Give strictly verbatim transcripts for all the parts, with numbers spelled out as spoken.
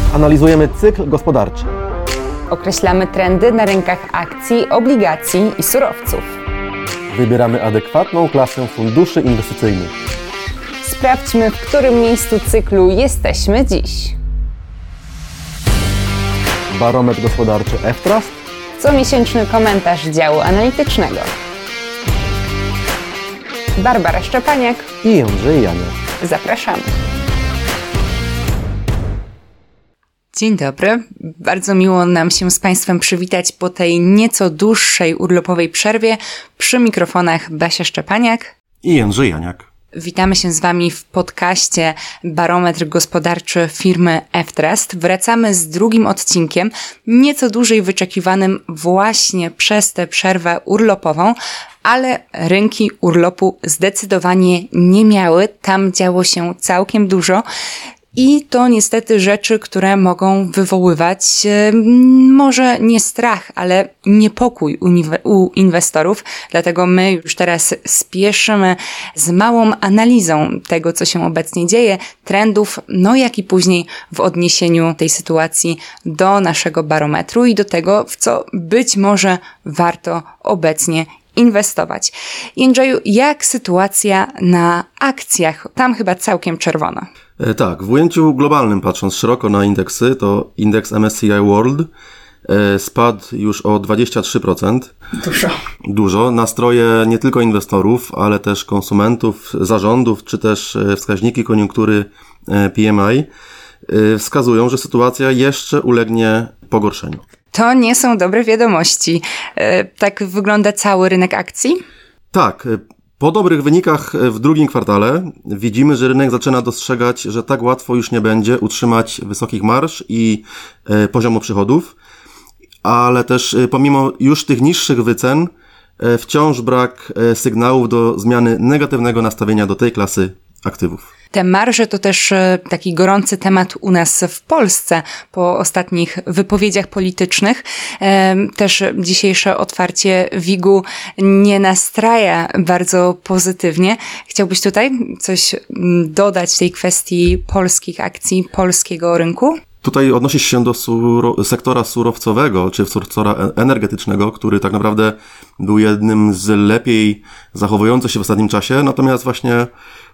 Analizujemy cykl gospodarczy. Określamy trendy na rynkach akcji, obligacji i surowców. Wybieramy adekwatną klasę funduszy inwestycyjnych. Sprawdźmy, w którym miejscu cyklu jesteśmy dziś. Barometr gospodarczy F-Trust. Comiesięczny komentarz działu analitycznego. Barbara Szczepaniak I Jędrzej Janiak. Zapraszamy. Dzień dobry. Bardzo miło nam się z Państwem przywitać po tej nieco dłuższej urlopowej przerwie. Przy mikrofonach Basia Szczepaniak i Jędrzej Janiak. Witamy się z Wami w podcaście Barometr Gospodarczy firmy F-Trust. Wracamy z drugim odcinkiem, nieco dłużej wyczekiwanym właśnie przez tę przerwę urlopową, ale rynki urlopu zdecydowanie nie miały. Tam działo się całkiem dużo. I to niestety rzeczy, które mogą wywoływać e, może nie strach, ale niepokój u, u inwestorów. Dlatego my już teraz spieszymy z małą analizą tego, co się obecnie dzieje, trendów, no jak i później w odniesieniu tej sytuacji do naszego barometru i do tego, w co być może warto obecnie inwestować. Jędrzeju, jak sytuacja na akcjach? Tam chyba całkiem czerwona. E, tak, w ujęciu globalnym, patrząc szeroko na indeksy, to indeks M S C I World e, spadł już o dwadzieścia trzy procent. Dużo. Dużo. Nastroje nie tylko inwestorów, ale też konsumentów, zarządów, czy też wskaźniki koniunktury e, P M I e, wskazują, że sytuacja jeszcze ulegnie pogorszeniu. To nie są dobre wiadomości. E, tak wygląda cały rynek akcji? Tak. Po dobrych wynikach w drugim kwartale widzimy, że rynek zaczyna dostrzegać, że tak łatwo już nie będzie utrzymać wysokich marż i e, poziomu przychodów, ale też e, pomimo już tych niższych wycen e, wciąż brak e, sygnałów do zmiany negatywnego nastawienia do tej klasy aktywów. Te marże to też taki gorący temat u nas w Polsce po ostatnich wypowiedziach politycznych. Też dzisiejsze otwarcie W I G-u nie nastraja bardzo pozytywnie. Chciałbyś tutaj coś dodać w tej kwestii polskich akcji, polskiego rynku? Tutaj odnosisz się do suro- sektora surowcowego, czy sektora energetycznego, który tak naprawdę był jednym z lepiej zachowujących się w ostatnim czasie, natomiast właśnie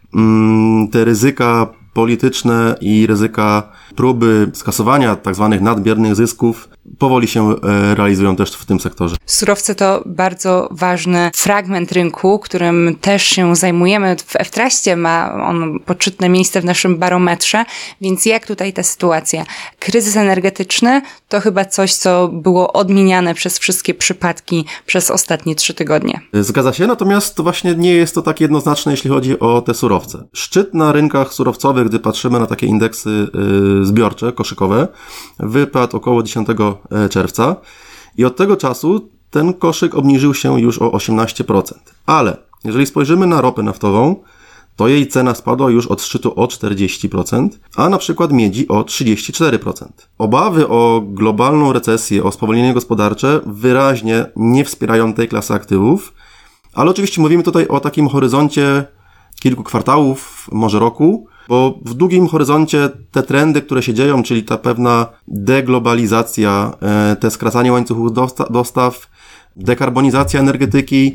mm, te ryzyka polityczne i ryzyka próby skasowania tak zwanych nadmiernych zysków powoli się e, realizują też w tym sektorze. Surowce to bardzo ważny fragment rynku, którym też się zajmujemy. W F-Trustie ma on poczytne miejsce w naszym barometrze, więc jak tutaj ta sytuacja? Kryzys energetyczny to chyba coś, co było odmieniane przez wszystkie przypadki przez ostatnie trzy tygodnie. Zgadza się, natomiast właśnie nie jest to tak jednoznaczne, jeśli chodzi o te surowce. Szczyt na rynkach surowcowych, gdy patrzymy na takie indeksy y, zbiorcze, koszykowe, wypadł około dziesiątego czerwca i od tego czasu ten koszyk obniżył się już o osiemnaście procent. Ale jeżeli spojrzymy na ropę naftową, to jej cena spadła już od szczytu o czterdzieści procent, a na przykład miedzi o trzydzieści cztery procent. Obawy o globalną recesję, o spowolnienie gospodarcze wyraźnie nie wspierają tej klasy aktywów, ale oczywiście mówimy tutaj o takim horyzoncie kilku kwartałów, może roku, bo w długim horyzoncie te trendy, które się dzieją, czyli ta pewna deglobalizacja, te skracanie łańcuchów dostaw, dekarbonizacja energetyki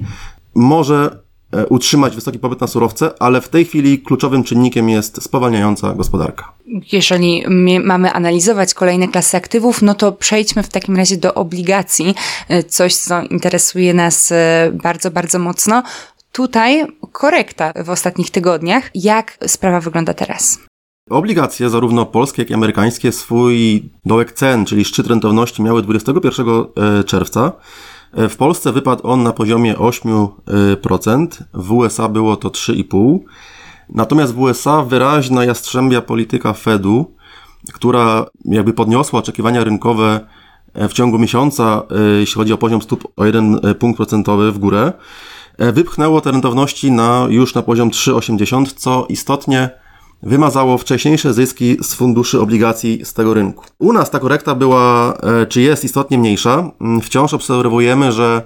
może utrzymać wysoki popyt na surowce, ale w tej chwili kluczowym czynnikiem jest spowalniająca gospodarka. Jeżeli mamy analizować kolejne klasy aktywów, no to przejdźmy w takim razie do obligacji, coś co interesuje nas bardzo, bardzo mocno. Tutaj korekta w ostatnich tygodniach. Jak sprawa wygląda teraz? Obligacje, zarówno polskie, jak i amerykańskie, swój dołek cen, czyli szczyt rentowności miały dwudziestego pierwszego czerwca. W Polsce wypadł on na poziomie osiem procent, w U S A było to trzy i pół procent. Natomiast w U S A wyraźna jastrzębia polityka Fedu, która jakby podniosła oczekiwania rynkowe w ciągu miesiąca, jeśli chodzi o poziom stóp o jeden punkt procentowy w górę, wypchnęło te rentowności na, już na poziom trzy przecinek osiemdziesiąt, co istotnie wymazało wcześniejsze zyski z funduszy obligacji z tego rynku. U nas ta korekta była, czy jest istotnie mniejsza. Wciąż obserwujemy, że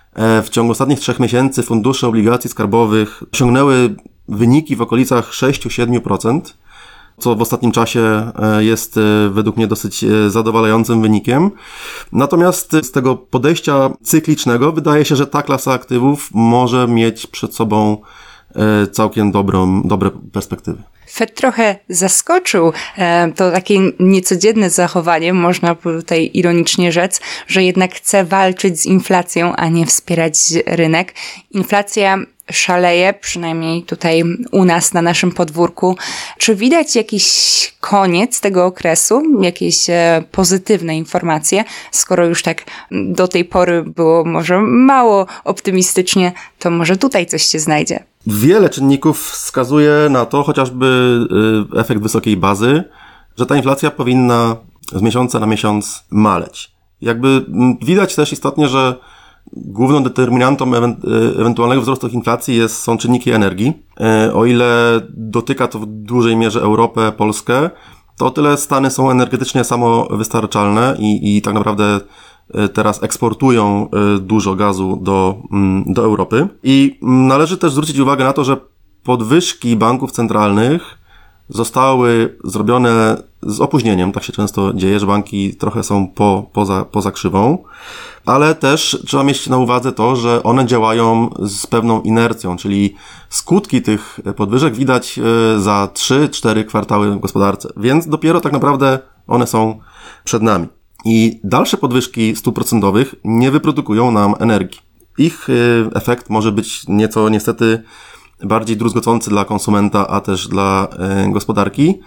w ciągu ostatnich trzech miesięcy fundusze obligacji skarbowych osiągnęły wyniki w okolicach sześć do siedmiu procent. co w ostatnim czasie jest według mnie dosyć zadowalającym wynikiem. Natomiast z tego podejścia cyklicznego wydaje się, że ta klasa aktywów może mieć przed sobą całkiem dobrą, dobre perspektywy. Fed trochę zaskoczył, to takie niecodzienne zachowanie, można tutaj ironicznie rzec, że jednak chce walczyć z inflacją, a nie wspierać rynek. Inflacja szaleje, przynajmniej tutaj u nas, na naszym podwórku. Czy widać jakiś koniec tego okresu, jakieś pozytywne informacje? Skoro już tak do tej pory było może mało optymistycznie, to może tutaj coś się znajdzie. Wiele czynników wskazuje na to, chociażby efekt wysokiej bazy, że ta inflacja powinna z miesiąca na miesiąc maleć. Jakby widać też istotnie, że główną determinantą ewe- ewentualnego wzrostu inflacji jest, są czynniki energii. O ile dotyka to w dużej mierze Europę, Polskę, to o tyle Stany są energetycznie samowystarczalne i, i tak naprawdę teraz eksportują dużo gazu do, do Europy. I należy też zwrócić uwagę na to, że podwyżki banków centralnych zostały zrobione z opóźnieniem. Tak się często dzieje, że banki trochę są po, poza, poza krzywą, ale też trzeba mieć na uwadze to, że one działają z pewną inercją, czyli skutki tych podwyżek widać za trzy cztery kwartały w gospodarce, więc dopiero tak naprawdę one są przed nami. I dalsze podwyżki stóp procentowych nie wyprodukują nam energii. Ich efekt może być nieco niestety bardziej druzgocący dla konsumenta, a też dla gospodarki,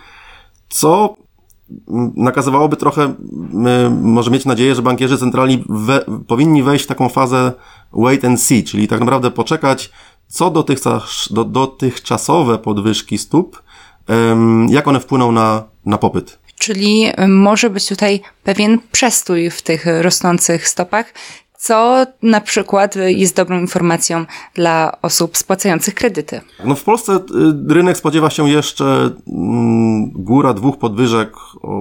co nakazywałoby trochę, może mieć nadzieję, że bankierzy centralni we, powinni wejść w taką fazę wait and see, czyli tak naprawdę poczekać, co dotychczas, do, dotychczasowe podwyżki stóp, jak one wpłyną na, na popyt. Czyli może być tutaj pewien przestój w tych rosnących stopach, co na przykład jest dobrą informacją dla osób spłacających kredyty. No w Polsce rynek spodziewa się jeszcze góra dwóch podwyżek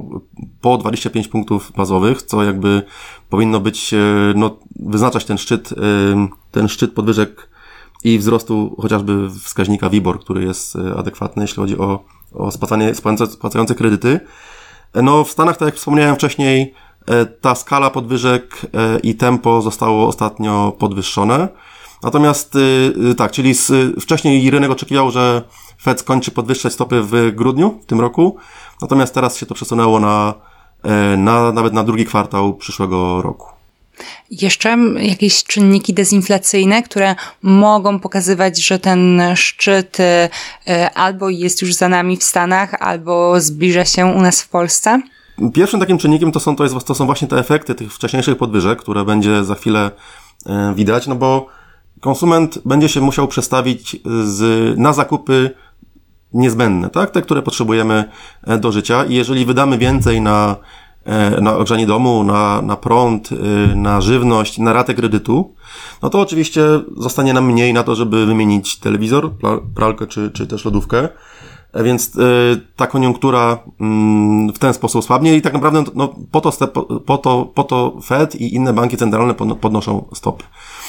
po dwadzieścia pięć punktów bazowych, co jakby powinno być, no, wyznaczać ten szczyt, ten szczyt podwyżek i wzrostu chociażby wskaźnika WIBOR, który jest adekwatny, jeśli chodzi o, o spłacanie, spłacające kredyty. No w Stanach, tak jak wspomniałem wcześniej, ta skala podwyżek i tempo zostało ostatnio podwyższone. Natomiast tak, czyli z, wcześniej rynek oczekiwał, że Fed skończy podwyższać stopy w grudniu w tym roku, natomiast teraz się to przesunęło na, na nawet na drugi kwartał przyszłego roku. Jeszcze jakieś czynniki dezinflacyjne, które mogą pokazywać, że ten szczyt albo jest już za nami w Stanach, albo zbliża się u nas w Polsce? Pierwszym takim czynnikiem to są, to, jest, to są właśnie te efekty tych wcześniejszych podwyżek, które będzie za chwilę e, widać, no bo konsument będzie się musiał przestawić z, na zakupy niezbędne, tak? Te, które potrzebujemy do życia i jeżeli wydamy więcej na, e, na ogrzanie domu, na, na prąd, e, na żywność, na ratę kredytu, no to oczywiście zostanie nam mniej na to, żeby wymienić telewizor, pralkę czy, czy też lodówkę. Więc y, ta koniunktura y, w ten sposób słabnie i tak naprawdę no, po, to step, po, to, po to Fed i inne banki centralne podnoszą stopy.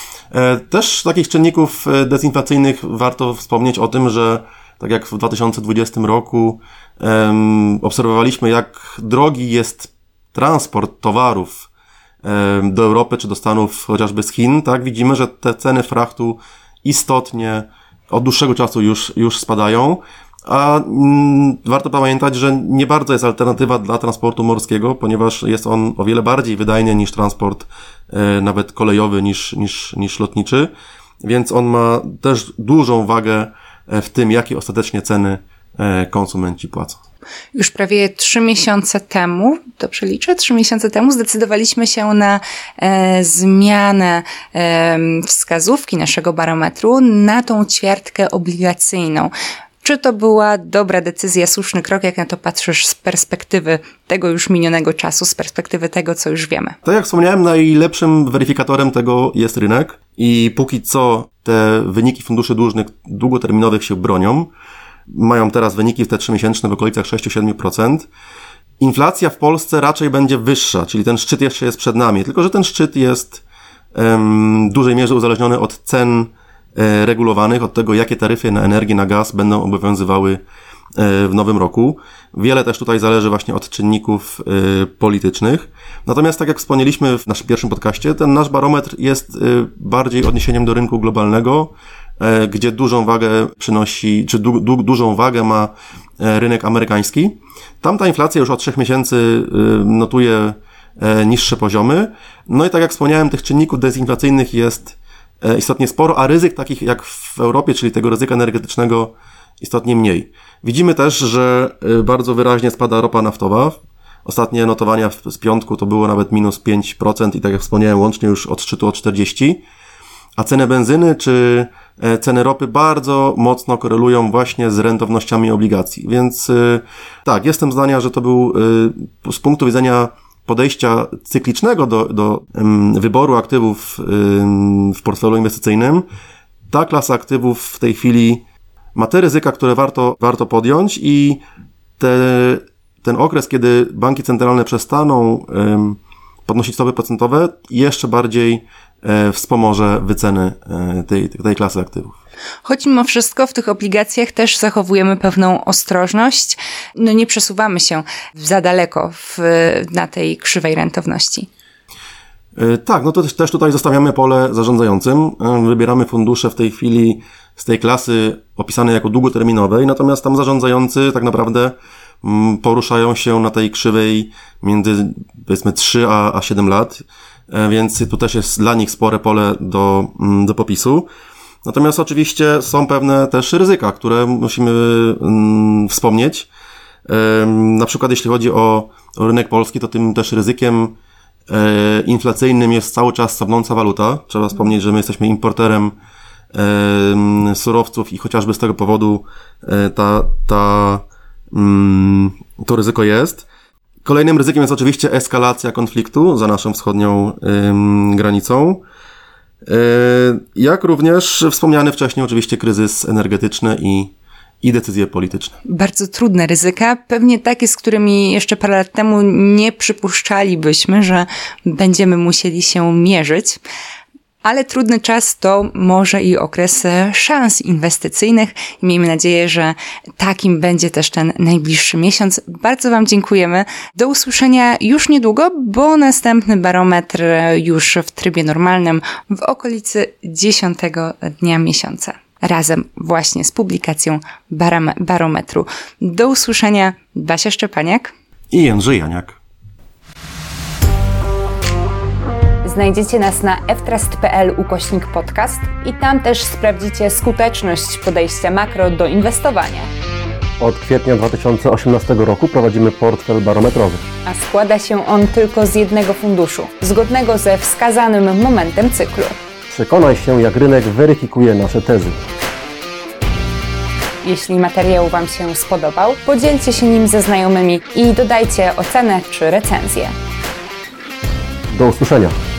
E, też z takich czynników dezinflacyjnych warto wspomnieć o tym, że tak jak w dwa tysiące dwudziestym roku um, obserwowaliśmy, jak drogi jest transport towarów um, do Europy czy do Stanów, chociażby z Chin, tak widzimy, że te ceny frachtu istotnie od dłuższego czasu już, już spadają. A mm, warto pamiętać, że nie bardzo jest alternatywa dla transportu morskiego, ponieważ jest on o wiele bardziej wydajny niż transport e, nawet kolejowy, niż, niż, niż lotniczy, więc on ma też dużą wagę w tym, jakie ostatecznie ceny e, konsumenci płacą. Już prawie trzy miesiące temu, dobrze liczę, trzy miesiące temu zdecydowaliśmy się na e, zmianę e, wskazówki naszego barometru na tą ćwiartkę obligacyjną. Czy to była dobra decyzja, słuszny krok, jak na to patrzysz z perspektywy tego już minionego czasu, z perspektywy tego, co już wiemy? Tak jak wspomniałem, najlepszym weryfikatorem tego jest rynek i póki co te wyniki funduszy dłużnych długoterminowych się bronią. Mają teraz wyniki w te trzymiesięczne w okolicach sześć do siedmiu procent. Inflacja w Polsce raczej będzie wyższa, czyli ten szczyt jeszcze jest przed nami, tylko że ten szczyt jest em, w dużej mierze uzależniony od cen regulowanych, od tego, jakie taryfy na energię, na gaz będą obowiązywały w nowym roku. Wiele też tutaj zależy właśnie od czynników politycznych. Natomiast tak jak wspomnieliśmy w naszym pierwszym podcaście, ten nasz barometr jest bardziej odniesieniem do rynku globalnego, gdzie dużą wagę przynosi, czy du, du, dużą wagę ma rynek amerykański. Tam ta inflacja już od trzech miesięcy notuje niższe poziomy. No i tak jak wspomniałem, tych czynników dezinflacyjnych jest istotnie sporo, a ryzyk takich jak w Europie, czyli tego ryzyka energetycznego, istotnie mniej. Widzimy też, że bardzo wyraźnie spada ropa naftowa. Ostatnie notowania z piątku to było nawet minus pięć procent i tak jak wspomniałem, łącznie już od szczytu o czterdzieści procent. A ceny benzyny czy ceny ropy bardzo mocno korelują właśnie z rentownościami obligacji. Więc tak, jestem zdania, że to był z punktu widzenia podejścia cyklicznego do, do um, wyboru aktywów um, w portfelu inwestycyjnym, ta klasa aktywów w tej chwili ma te ryzyka, które warto, warto podjąć i te, ten okres, kiedy banki centralne przestaną um, podnosić stopy procentowe, jeszcze bardziej e, wspomoże wyceny e, tej, tej klasy aktywów. Choć mimo wszystko w tych obligacjach też zachowujemy pewną ostrożność, no nie przesuwamy się za daleko w, na tej krzywej rentowności. E, tak, no to też, też tutaj zostawiamy pole zarządzającym. E, wybieramy fundusze w tej chwili z tej klasy opisanej jako długoterminowej, natomiast tam zarządzający tak naprawdę m, poruszają się na tej krzywej między powiedzmy trzy a siedem lat, e, więc tu też jest dla nich spore pole do, m, do popisu. Natomiast oczywiście są pewne też ryzyka, które musimy mm, wspomnieć. Ym, na przykład jeśli chodzi o, o rynek polski, to tym też ryzykiem e, inflacyjnym jest cały czas słabnąca waluta. Trzeba wspomnieć, że my jesteśmy importerem e, surowców i chociażby z tego powodu e, ta, ta, mm, to ryzyko jest. Kolejnym ryzykiem jest oczywiście eskalacja konfliktu za naszą wschodnią ym, granicą. Jak również wspomniany wcześniej oczywiście kryzys energetyczny i, i decyzje polityczne. Bardzo trudne ryzyka, pewnie takie, z którymi jeszcze parę lat temu nie przypuszczalibyśmy, że będziemy musieli się mierzyć. Ale trudny czas to może i okres szans inwestycyjnych i miejmy nadzieję, że takim będzie też ten najbliższy miesiąc. Bardzo Wam dziękujemy. Do usłyszenia już niedługo, bo następny barometr już w trybie normalnym w okolicy dziesiątego dnia miesiąca. Razem właśnie z publikacją barometru. Do usłyszenia. Basia Szczepaniak i Jędrzej Janiak. Znajdziecie nas na ftrust.pl ukośnik podcast i tam też sprawdzicie skuteczność podejścia makro do inwestowania. Od kwietnia dwa tysiące osiemnastego roku prowadzimy portfel barometrowy. A składa się on tylko z jednego funduszu, zgodnego ze wskazanym momentem cyklu. Przekonaj się, jak rynek weryfikuje nasze tezy. Jeśli materiał Wam się spodobał, podzielcie się nim ze znajomymi i dodajcie ocenę czy recenzję. Do usłyszenia.